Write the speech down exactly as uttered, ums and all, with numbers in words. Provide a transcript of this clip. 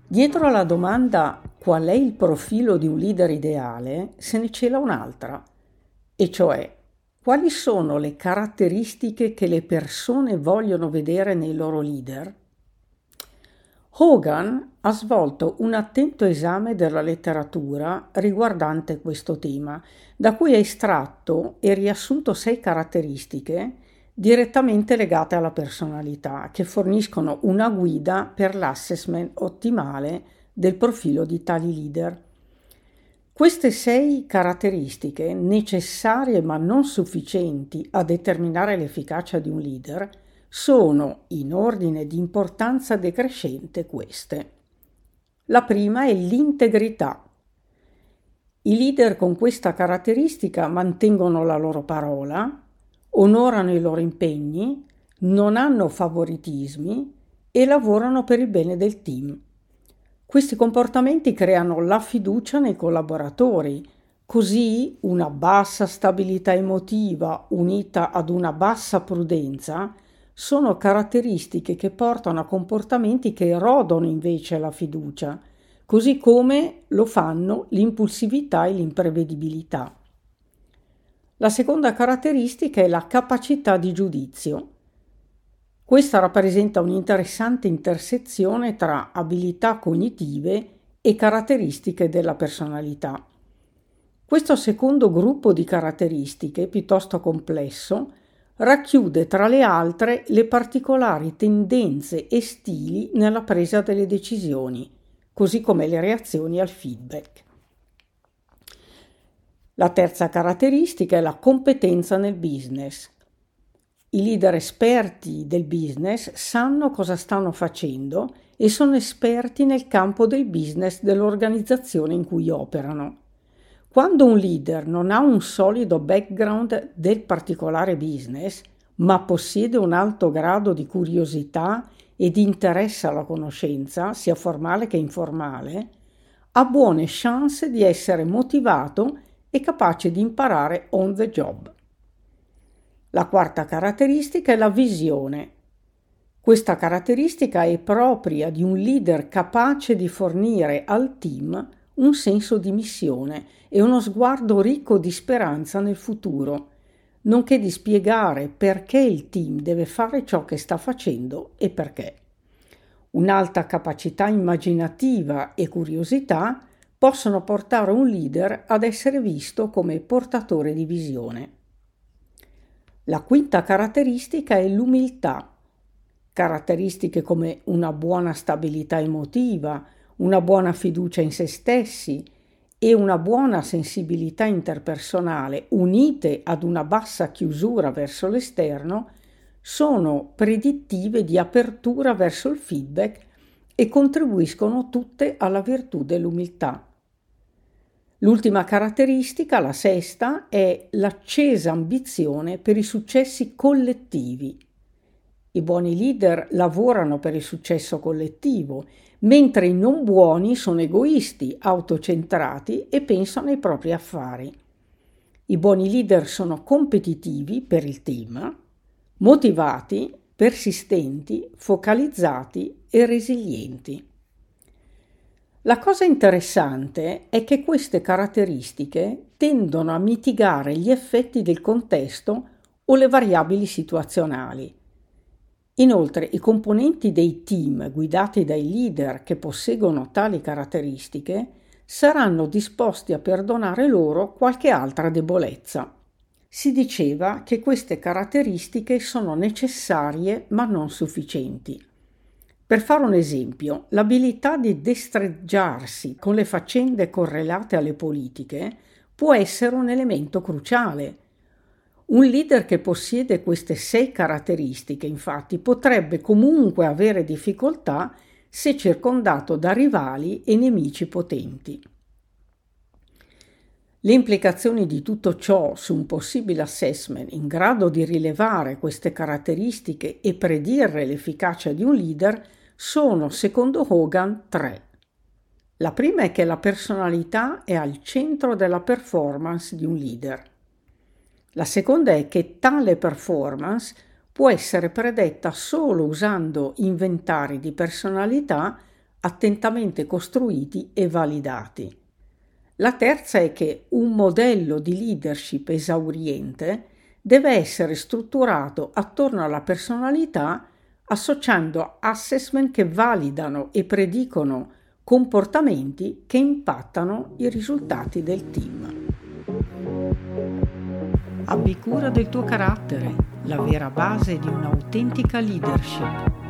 Dietro alla domanda qual è il profilo di un leader ideale, se ne cela un'altra, e cioè quali sono le caratteristiche che le persone vogliono vedere nei loro leader? Hogan ha svolto un attento esame della letteratura riguardante questo tema, da cui ha estratto e riassunto sei caratteristiche direttamente legate alla personalità, che forniscono una guida per l'assessment ottimale del profilo di tali leader. Queste sei caratteristiche, necessarie ma non sufficienti a determinare l'efficacia di un leader, sono, in ordine di importanza decrescente, queste. La prima è l'integrità. I leader con questa caratteristica mantengono la loro parola, onorano i loro impegni, non hanno favoritismi e lavorano per il bene del team. Questi comportamenti creano la fiducia nei collaboratori, così una bassa stabilità emotiva unita ad una bassa prudenza sono caratteristiche che portano a comportamenti che erodono invece la fiducia, così come lo fanno l'impulsività e l'imprevedibilità. La seconda caratteristica è la capacità di giudizio. Questa rappresenta un'interessante intersezione tra abilità cognitive e caratteristiche della personalità. Questo secondo gruppo di caratteristiche, piuttosto complesso, racchiude tra le altre le particolari tendenze e stili nella presa delle decisioni, così come le reazioni al feedback. La terza caratteristica è la competenza nel business. I leader esperti del business sanno cosa stanno facendo e sono esperti nel campo del business dell'organizzazione in cui operano. Quando un leader non ha un solido background del particolare business, ma possiede un alto grado di curiosità e di interesse alla conoscenza, sia formale che informale, ha buone chance di essere motivato e capace di imparare on the job. La quarta caratteristica è la visione. Questa caratteristica è propria di un leader capace di fornire al team un senso di missione e uno sguardo ricco di speranza nel futuro, nonché di spiegare perché il team deve fare ciò che sta facendo e perché. Un'alta capacità immaginativa e curiosità possono portare un leader ad essere visto come portatore di visione. La quinta caratteristica è l'umiltà. Caratteristiche come una buona stabilità emotiva, una buona fiducia in se stessi e una buona sensibilità interpersonale unite ad una bassa chiusura verso l'esterno sono predittive di apertura verso il feedback e contribuiscono tutte alla virtù dell'umiltà. L'ultima caratteristica, la sesta, è l'accesa ambizione per i successi collettivi. I buoni leader lavorano per il successo collettivo, mentre i non buoni sono egoisti, autocentrati e pensano ai propri affari. I buoni leader sono competitivi per il team, motivati, persistenti, focalizzati e resilienti. La cosa interessante è che queste caratteristiche tendono a mitigare gli effetti del contesto o le variabili situazionali. Inoltre, i componenti dei team guidati dai leader che posseggono tali caratteristiche saranno disposti a perdonare loro qualche altra debolezza. Si diceva che queste caratteristiche sono necessarie ma non sufficienti. Per fare un esempio, l'abilità di destreggiarsi con le faccende correlate alle politiche può essere un elemento cruciale. Un leader che possiede queste sei caratteristiche, infatti, potrebbe comunque avere difficoltà se circondato da rivali e nemici potenti. Le implicazioni di tutto ciò su un possibile assessment in grado di rilevare queste caratteristiche e predire l'efficacia di un leader sono, secondo Hogan, tre. La prima è che la personalità è al centro della performance di un leader. La seconda è che tale performance può essere predetta solo usando inventari di personalità attentamente costruiti e validati. La terza è che un modello di leadership esauriente deve essere strutturato attorno alla personalità, associando assessment che validano e predicono comportamenti che impattano i risultati del team. Abbi cura del tuo carattere, la vera base di un'autentica leadership.